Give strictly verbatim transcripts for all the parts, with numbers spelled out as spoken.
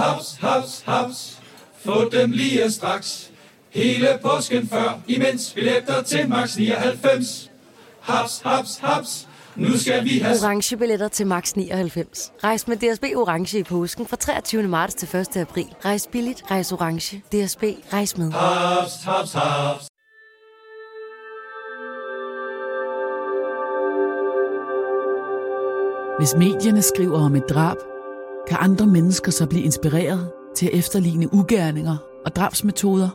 Haps, haps, haps. Få dem lige straks. Hele påsken før, imens billetter til max nioghalvfems. Haps, haps, haps. Nu skal vi have orange billetter til max nioghalvfems. Rejs med D S B orange i påsken fra treogtyvende marts til første april. Rejs billigt, rejs orange. D S B, rejs med. haps, haps, haps. Hvis medierne skriver om et drab, kan andre mennesker så blive inspireret til at efterligne ugerninger og drabsmetoder.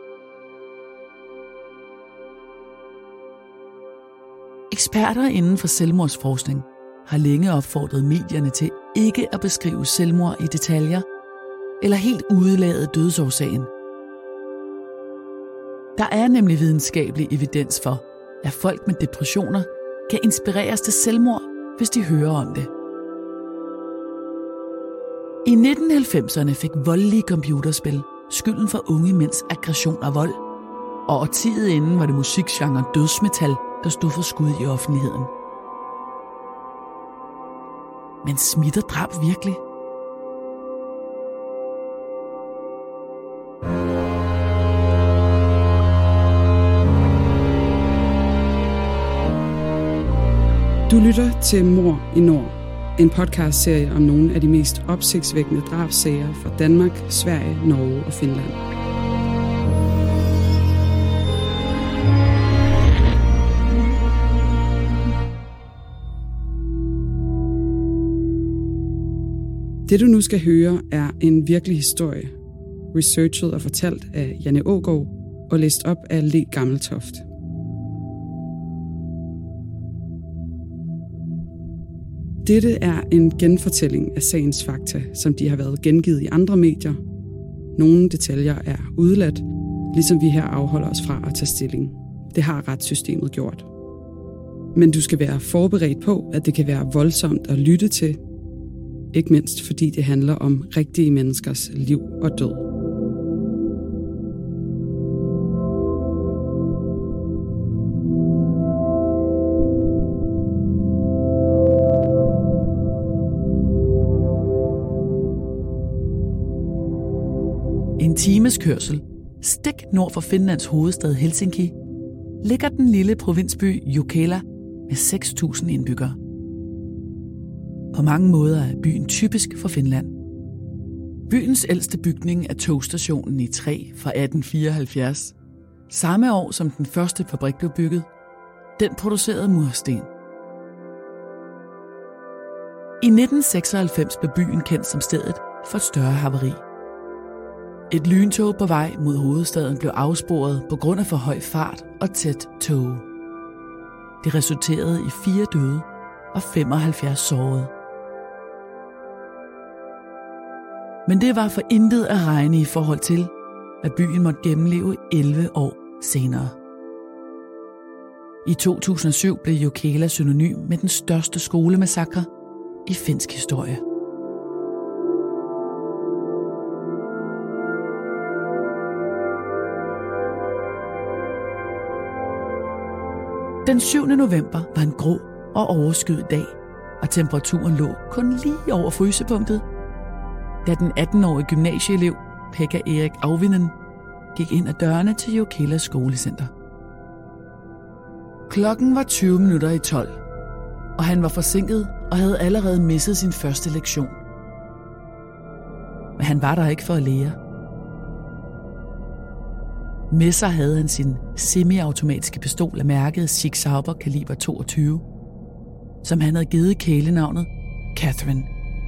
Eksperter inden for selvmordsforskning har længe opfordret medierne til ikke at beskrive selvmord i detaljer eller helt udelade dødsårsagen. Der er nemlig videnskabelig evidens for, at folk med depressioner kan inspireres til selvmord, hvis de hører om det. I nitten halvfemserne fik voldelige computerspil skylden for unge mænds aggression og vold, og årtiet inden var det musikgenren dødsmetal, der stod for skud i offentligheden. Men smitter drab virkelig? Du lytter til Mord i Nord, en podcastserie om nogle af de mest opsigtsvækkende drabssager fra Danmark, Sverige, Norge og Finland. Det du nu skal høre er en virkelig historie, researchet og fortalt af Janne Aagaard og læst op af Le Gammeltoft. Dette er en genfortælling af sagens fakta, som de har været gengivet i andre medier. Nogle detaljer er udeladt, ligesom vi her afholder os fra at tage stilling. Det har retssystemet gjort. Men du skal være forberedt på, at det kan være voldsomt at lytte til. Ikke mindst fordi det handler om rigtige menneskers liv og død. En times kørsel, stik nord for Finlands hovedstad Helsinki, ligger den lille provinsby Jokela med seks tusind indbyggere. På mange måder er byen typisk for Finland. Byens ældste bygning er togstationen i træ fra atten fireoghalvfjerds. Samme år som den første fabrik blev bygget. Den producerede mursten. I nitten seksoghalvfems blev byen kendt som stedet for et større havari. Et lyntog på vej mod hovedstaden blev afsporet på grund af for høj fart og tæt tåge. Det resulterede i fire døde og femoghalvfjerds sårede. Men det var for intet at regne i forhold til, at byen måtte gennemleve elleve år senere. I to tusind og syv blev Jokela synonym med den største skolemassakre i finsk historie. Den syvende november var en grå og overskyet dag, og temperaturen lå kun lige over frysepunktet, da den atten-årige gymnasieelev Pekka Erik Auvinen gik ind ad dørene til Jokelas skolecenter. Klokken var tyve minutter i tolv, og han var forsinket og havde allerede misset sin første lektion. Men han var der ikke for at lære. Med sig havde han sin semiautomatiske pistol af mærket Sig Sauber kaliber toogtyve, som han havde givet kælenavnet Catherine.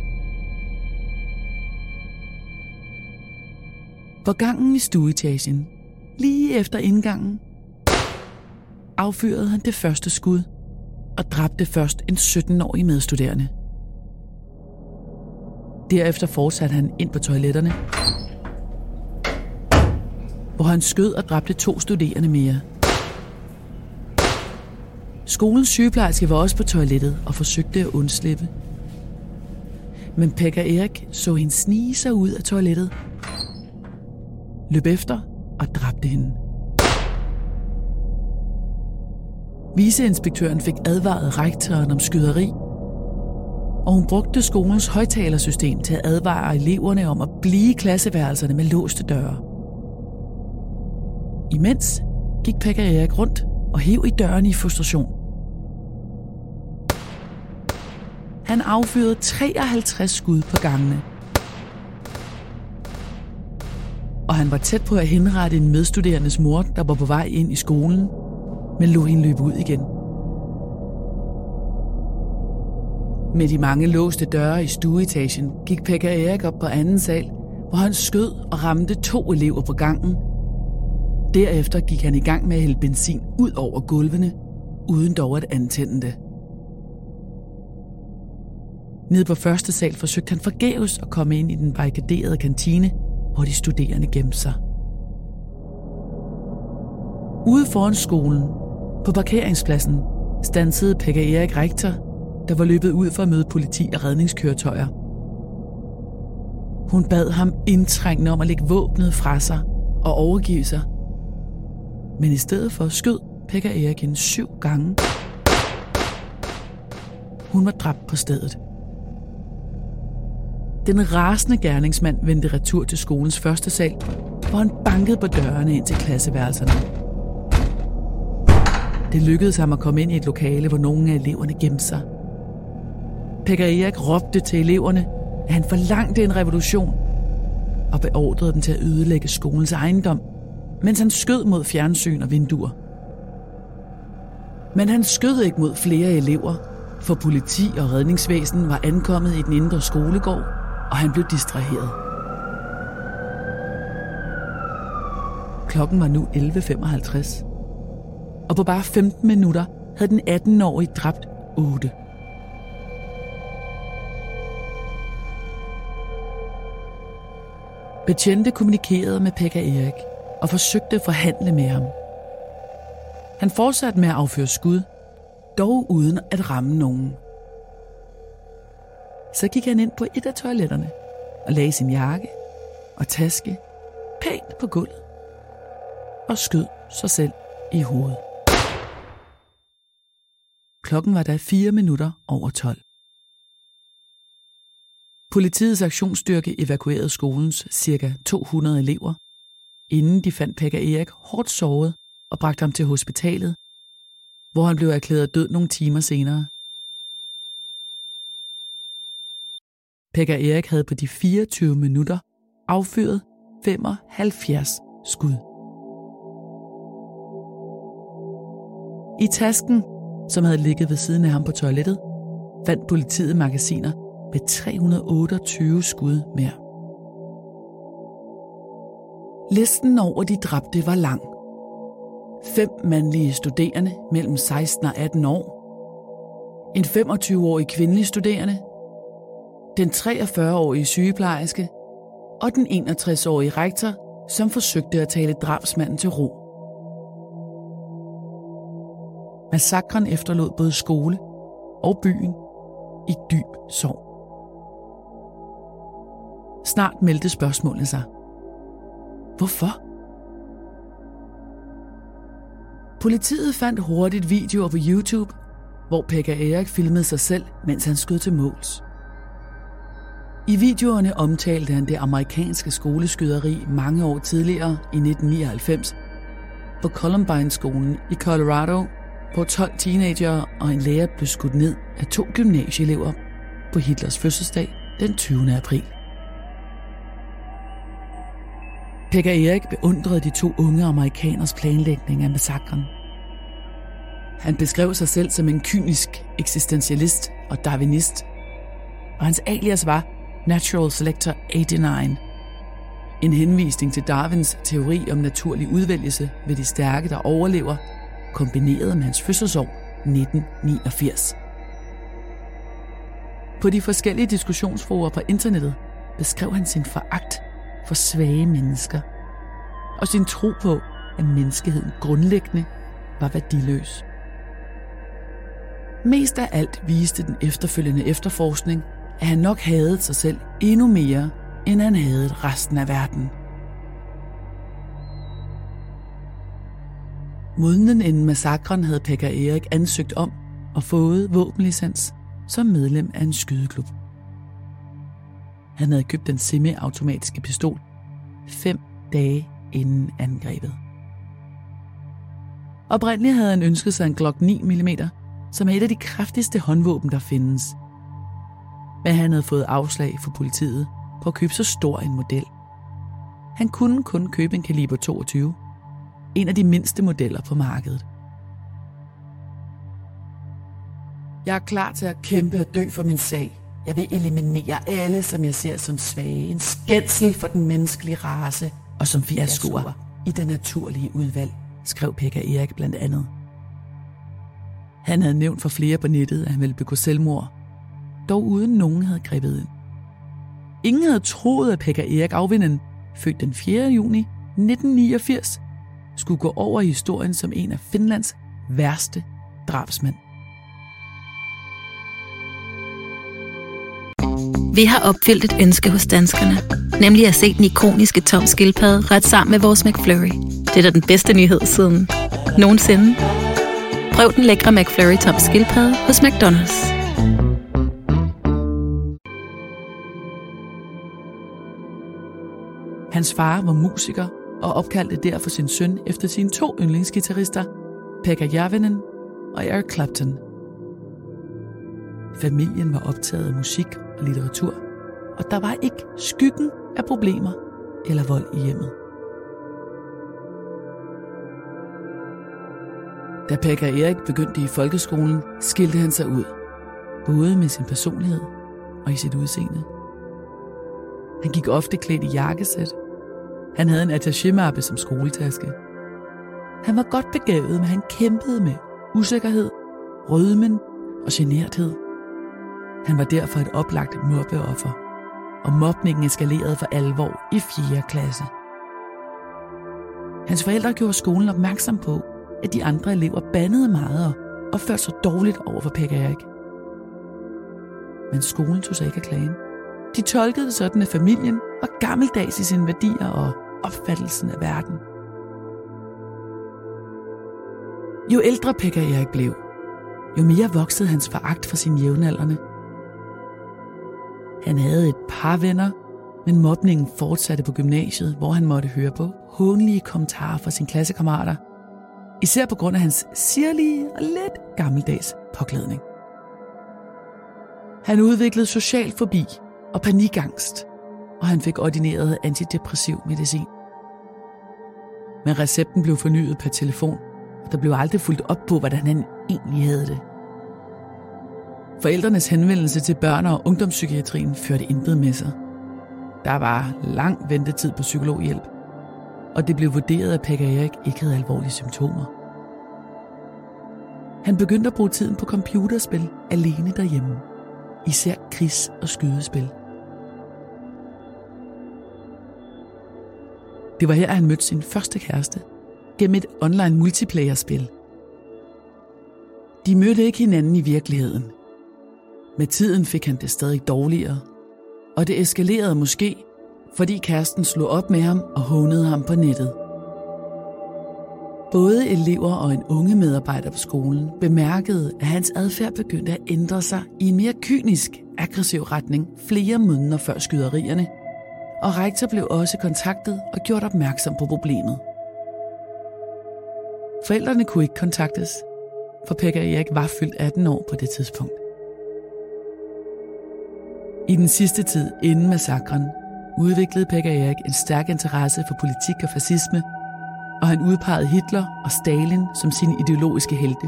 På gangen i stueetagen, lige efter indgangen, affyrede han det første skud og dræbte først en sytten-årig medstuderende. Derefter fortsatte han ind på toiletterne, hvor han skød og dræbte to studerende mere. Skolens sygeplejerske var også på toilettet og forsøgte at undslippe. Men Pekka Erik så hende snige sig ud af toilettet, løb efter og dræbte hende. Viceinspektøren fik advaret rektoren om skyderi, og hun brugte skolens højtalersystem til at advare eleverne om at blive i klasseværelserne med låste døre. Imens gik Pekka Erik rundt og hev i dørene i frustration. Han affyrede treoghalvtreds skud på gangene. Og han var tæt på at henrette en medstuderendes mor, der var på vej ind i skolen, men lod hende løbe ud igen. Med de mange låste døre i stueetagen gik Pekka Erik op på anden sal, hvor han skød og ramte to elever på gangen. Derefter gik han i gang med at hælde benzin ud over gulvene, uden dog at antænde det. Nede på første sal forsøgte han forgæves at komme ind i den barrikaderede kantine, hvor de studerende gemte sig. Ude foran skolen, på parkeringspladsen, standsede Pekka Erik rektor, der var løbet ud for at møde politi og redningskøretøjer. Hun bad ham indtrængende om at lægge våbnet fra sig og overgive sig. Men i stedet for skød Pekka Erik hende syv gange. Hun var dræbt på stedet. Den rasende gerningsmand vendte retur til skolens første sal, hvor han bankede på dørene ind til klasseværelserne. Det lykkedes ham at komme ind i et lokale, hvor nogle af eleverne gemte sig. Pekka Erik råbte til eleverne, at han forlangte en revolution, og beordrede dem til at ødelægge skolens ejendom, mens han skød mod fjernsyn og vinduer. Men han skød ikke mod flere elever, for politi og redningsvæsen var ankommet i den indre skolegård, og han blev distraheret. Klokken var nu elleve femoghalvtreds, og på bare femten minutter havde den atten-årige dræbt otte. Betjente kommunikerede med Pekka Erik og forsøgte at forhandle med ham. Han fortsatte med at affyre skud, dog uden at ramme nogen. Så gik han ind på et af toiletterne og lagde sin jakke og taske pænt på gulvet og skød sig selv i hovedet. Klokken var da fire minutter over tolv. Politiets aktionsstyrke evakuerede skolens ca. to hundrede elever, inden de fandt Pekka Erik hårdt såret og bragte ham til hospitalet, hvor han blev erklæret død nogle timer senere. Pekka Erik havde på de fireogtyve minutter affyret femoghalvfjerds skud. I tasken, som havde ligget ved siden af ham på toilettet, fandt politiet magasiner med tre hundrede otteogtyve skud mere. Listen over de dræbte var lang. Fem mandlige studerende mellem seksten og atten år, en femogtyve-årig kvindelig studerende, den treogfyrre-årige sygeplejerske og den enogtres-årige rektor, som forsøgte at tale drabsmanden til ro. Massakren efterlod både skole og byen i dyb sorg. Snart meldte spørgsmålene sig. Hvorfor? Politiet fandt hurtigt videoer på YouTube, hvor Pekka Erik filmede sig selv, mens han skød til måls. I videoerne omtalte han det amerikanske skoleskyderi mange år tidligere i nitten nioghalvfems på Columbine-skolen i Colorado, hvor tolv teenagere og en lærer blev skudt ned af to gymnasieelever på Hitlers fødselsdag den tyvende april. Pekka Erik beundrede de to unge amerikaners planlægning af massakren. Han beskrev sig selv som en kynisk eksistentialist og darwinist, og hans alias var Natural Selector otteoghalvfems, en henvisning til Darwins teori om naturlig udvælgelse ved de stærke, der overlever, kombineret med hans fødselsår nitten niogfirs. På de forskellige diskussionsforer på internettet beskrev han sin foragt for svage mennesker og sin tro på, at menneskeheden grundlæggende var værdiløs. Mest af alt viste den efterfølgende efterforskning, at han nok hadede sig selv endnu mere, end han hadede resten af verden. Måneden inden massakren havde Pekka Erik ansøgt om og fået våbenlicens som medlem af en skydeklub. Han havde købt den semi-automatiske pistol fem dage inden angrebet. Oprindeligt havde han ønsket sig en Glock ni millimeter, som er et af de kraftigste håndvåben, der findes. Men han havde fået afslag fra politiet på at købe så stor en model. Han kunne kun købe en kaliber toogtyve, en af de mindste modeller på markedet. Jeg er klar til at kæmpe og dø for min sag. Jeg vil eliminere alle, som jeg ser som svage. En skændsel for den menneskelige race og som fiaskoer i det naturlige udvalg, skrev Pekka Erik blandt andet. Han havde nævnt for flere på nettet, at han ville begå selvmord, dog uden nogen havde grebet ind. Ingen havde troet, at Pekka Erik Auvinen, født den fjerde juni nitten niogfirs, skulle gå over i historien som en af Finlands værste drabsmænd. Vi har opfyldt et ønske hos danskerne, nemlig at se den ikoniske Tom Skildpadde ret sammen med vores McFlurry. Det er da den bedste nyhed siden nogensinde. Prøv den lækre McFlurry Tom Skildpadde hos McDonald's. Hans far var musiker og opkaldte derfor sin søn efter sine to yndlingsguitarister, Pekka Järvinen og Eric Clapton. Familien var optaget af musik og litteratur, og der var ikke skyggen af problemer eller vold i hjemmet. Da Pekka Erik begyndte i folkeskolen, skilte han sig ud, både med sin personlighed og i sit udseende. Han gik ofte klædt i jakkesæt. Han havde en attaché-mappe som skoletaske. Han var godt begavet, men han kæmpede med usikkerhed, rødmen og generthed. Han var derfor et oplagt mobbeoffer, og mobningen eskalerede for alvor i fjerde klasse. Hans forældre gjorde skolen opmærksom på, at de andre elever bandede meget og opførte sig dårligt over for Pekka Erik. Men skolen tog sig ikke af klagen. De tolkede det sådan, at familien var gammeldags i sine værdier og opfattelsen af verden. Jo ældre Pekka Erik blev, jo mere voksede hans foragt for sine jævnaldrende. Han havde et par venner, men mobningen fortsatte på gymnasiet, hvor han måtte høre på hånlige kommentarer fra sine klassekammerater, især på grund af hans sirlige og lidt gammeldags påklædning. Han udviklede social fobi og panikangst, og han fik ordineret antidepressiv medicin. Men recepten blev fornyet per telefon, og der blev aldrig fulgt op på, hvordan han egentlig havde det. Forældrenes henvendelse til børne- og ungdomspsykiatrien førte intet med sig. Der var lang ventetid på psykologhjælp, og det blev vurderet, at Pekka Erik ikke havde alvorlige symptomer. Han begyndte at bruge tiden på computerspil alene derhjemme, især krigs- og skydespil. Det var her, han mødte sin første kæreste gennem et online multiplayer-spil. De mødte ikke hinanden i virkeligheden. Med tiden fik han det stadig dårligere, og det eskalerede måske, fordi kæresten slog op med ham og hånede ham på nettet. Både elever og en unge medarbejder på skolen bemærkede, at hans adfærd begyndte at ændre sig i en mere kynisk, aggressiv retning flere måneder før skyderierne, og rektor blev også kontaktet og gjort opmærksom på problemet. Forældrene kunne ikke kontaktes, for Pekka Erik var fyldt atten år på det tidspunkt. I den sidste tid inden massakren udviklede Pekka Erik en stærk interesse for politik og fascisme, og han udpegede Hitler og Stalin som sine ideologiske helte.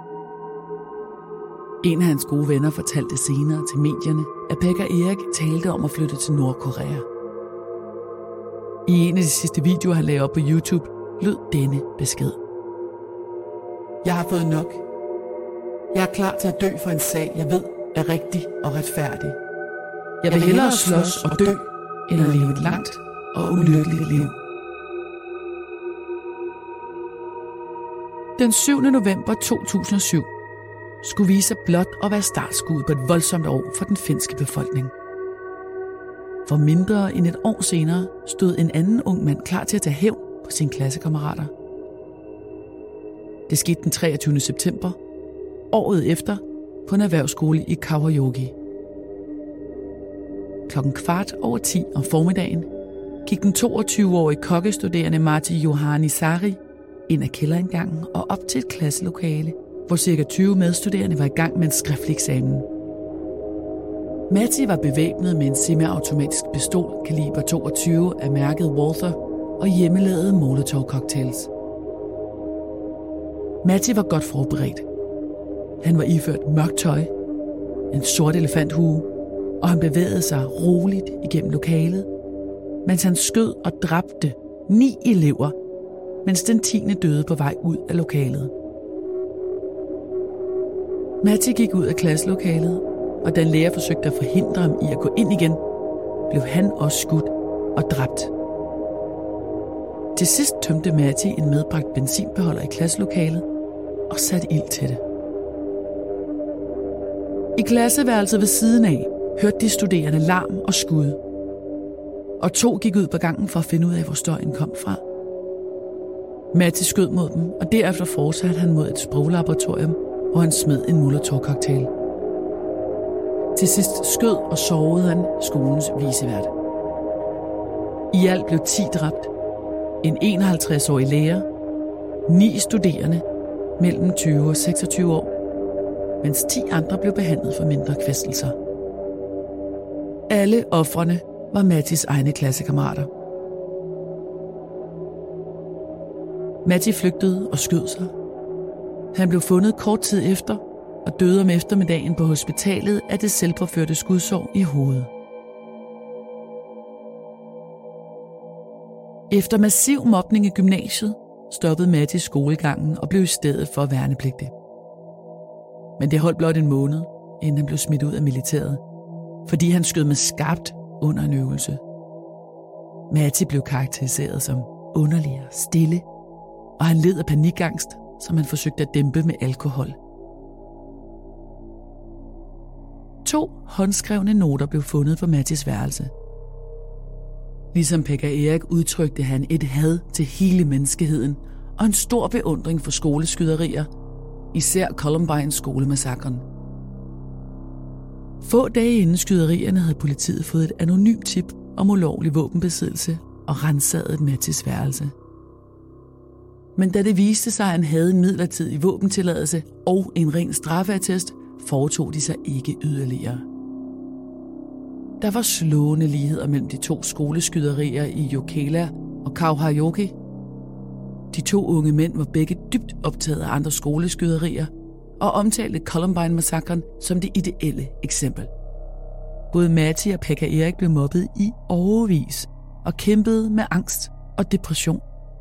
En af hans gode venner fortalte senere til medierne, at Pekka Erik talte om at flytte til Nordkorea. I en af de sidste videoer, han lagde op på YouTube, lød denne besked. Jeg har fået nok. Jeg er klar til at dø for en sag, jeg ved er rigtig og retfærdig. Jeg vil hellere slås og dø, end at leve et langt og ulykkeligt liv. Den syvende november to tusind og syv skulle vise sig blot at være startskuddet på et voldsomt år for den finske befolkning. For mindre end et år senere stod en anden ung mand klar til at tage hævn på sine klassekammerater. Det skete den treogtyvende september, året efter, på en erhvervsskole i Kauhajoki. Klokken kvart over ti om formiddagen gik den toogtyve-årige kokkestuderende Martti Juhani-Saari ind ad kælderindgangen og op til et klasselokale, hvor ca. tyve medstuderende var i gang med en skriftlig eksamen. Martti var bevæbnet med en semiautomatisk pistol kaliber toogtyve af mærket Walther og hjemmelavede Molotov-cocktails. Martti var godt forberedt. Han var iført mørkt tøj, en sort elefanthue, og han bevægede sig roligt igennem lokalet, mens han skød og dræbte ni elever, mens den tiende døde på vej ud af lokalet. Martti gik ud af klasselokalet, og da en lærer forsøgte at forhindre ham i at gå ind igen, blev han også skudt og dræbt. Til sidst tømte Martti en medbragt benzinbeholder i klasselokalet og satte ild til det. I klasseværelset ved siden af hørte de studerende larm og skud, og to gik ud på gangen for at finde ud af, hvor støjen kom fra. Martti skød mod dem, og derefter fortsatte han mod et sproglaboratorium, hvor han smed en Molotov-cocktail. Til sidst skød og sårede han skolens vicevært. I alt blev ti dræbt, en enoghalvtreds-årig lærer, ni studerende mellem tyve og seksogtyve år, mens ti andre blev behandlet for mindre kvæstelser. Alle ofrene var Marttis egne klassekammerater. Martti flygtede og skød sig. Han blev fundet kort tid efter og døde om eftermiddagen på hospitalet af det selvpåførte skudsår i hovedet. Efter massiv mobning i gymnasiet stoppede Martti skolegangen og blev i stedet for værnepligtig. Men det holdt blot en måned, inden han blev smidt ud af militæret, fordi han skød med skarpt under en øvelse. Martti blev karakteriseret som underlig og stille, og han led af panikangst, som han forsøgte at dæmpe med alkohol. To håndskrevne noter blev fundet på Marttis værelse. Ligesom Pekka Erik udtrykte han et had til hele menneskeheden og en stor beundring for skoleskyderier, især Columbine skolemassakren. Få dage inden skyderierne havde politiet fået et anonymt tip om ulovlig våbenbesiddelse og ransaget Marttis værelse. Men da det viste sig, at han havde en midlertidig våbentilladelse og en ren straffeattest, foretog de sig ikke yderligere. Der var slående ligheder mellem de to skoleskyderier i Jokela og Kauhajoki. De to unge mænd var begge dybt optaget af andre skoleskyderier og omtalte Columbine-massakren som det ideelle eksempel. Både Martti og Pekka Erik blev mobbet i årevis og kæmpede med angst og depression.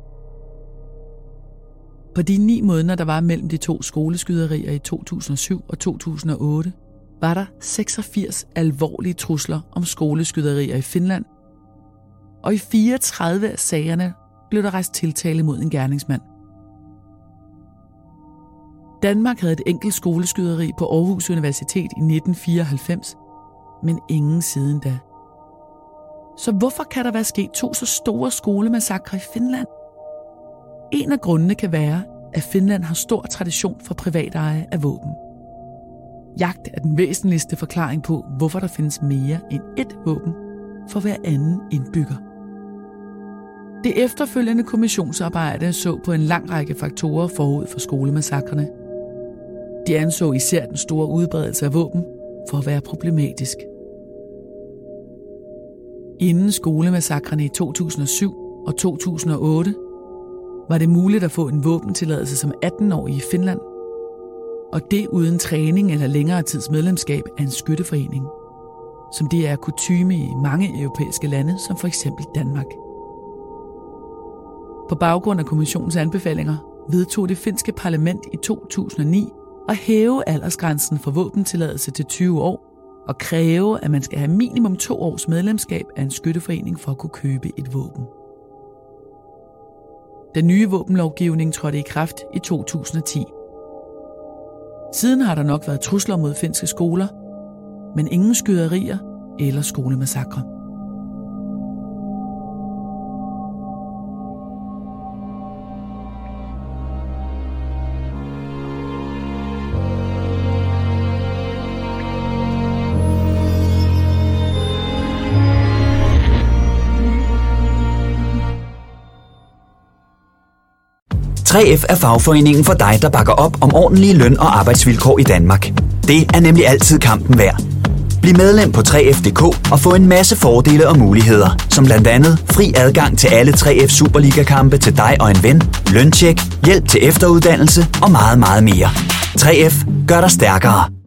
På de ni måneder, der var mellem de to skoleskyderier i to tusind og syv og to tusind og otte, var der seksogfirs alvorlige trusler om skoleskyderier i Finland, og i fireogtredive af sagerne blev der rejst tiltale mod en gerningsmand. Danmark havde et enkelt skoleskyderi på Aarhus Universitet i nitten fireoghalvfems, men ingen siden da. Så hvorfor kan der være sket to så store skolemassakrer i Finland? En af grundene kan være, at Finland har stor tradition for privateje af våben. Jagt er den væsentligste forklaring på, hvorfor der findes mere end ét våben for hver anden indbygger. Det efterfølgende kommissionsarbejde så på en lang række faktorer forud for skolemassakrene. De anså især den store udbredelse af våben for at være problematisk. Inden skolemassakrene i to tusind og syv og to tusind og otte var det muligt at få en våbentilladelse som atten-årig i Finland, og det uden træning eller længere tids medlemskab af en skytteforening, som det er kutyme i mange europæiske lande, som for eksempel Danmark. På baggrund af kommissionens anbefalinger vedtog det finske parlament i to tusind og ni at hæve aldersgrænsen for våbentilladelse til tyve år og kræve, at man skal have minimum to års medlemskab af en skytteforening for at kunne købe et våben. Den nye våbenlovgivning trådte i kraft i to tusind og ti. Siden har der nok været trusler mod finske skoler, men ingen skyderier eller skolemassakre. tre F er fagforeningen for dig, der bakker op om ordentlige løn- og arbejdsvilkår i Danmark. Det er nemlig altid kampen værd. Bliv medlem på tre F punktum d k og få en masse fordele og muligheder, som blandt andet fri adgang til alle tre F Superliga-kampe til dig og en ven, løntjek, hjælp til efteruddannelse og meget, meget mere. tre F gør dig stærkere.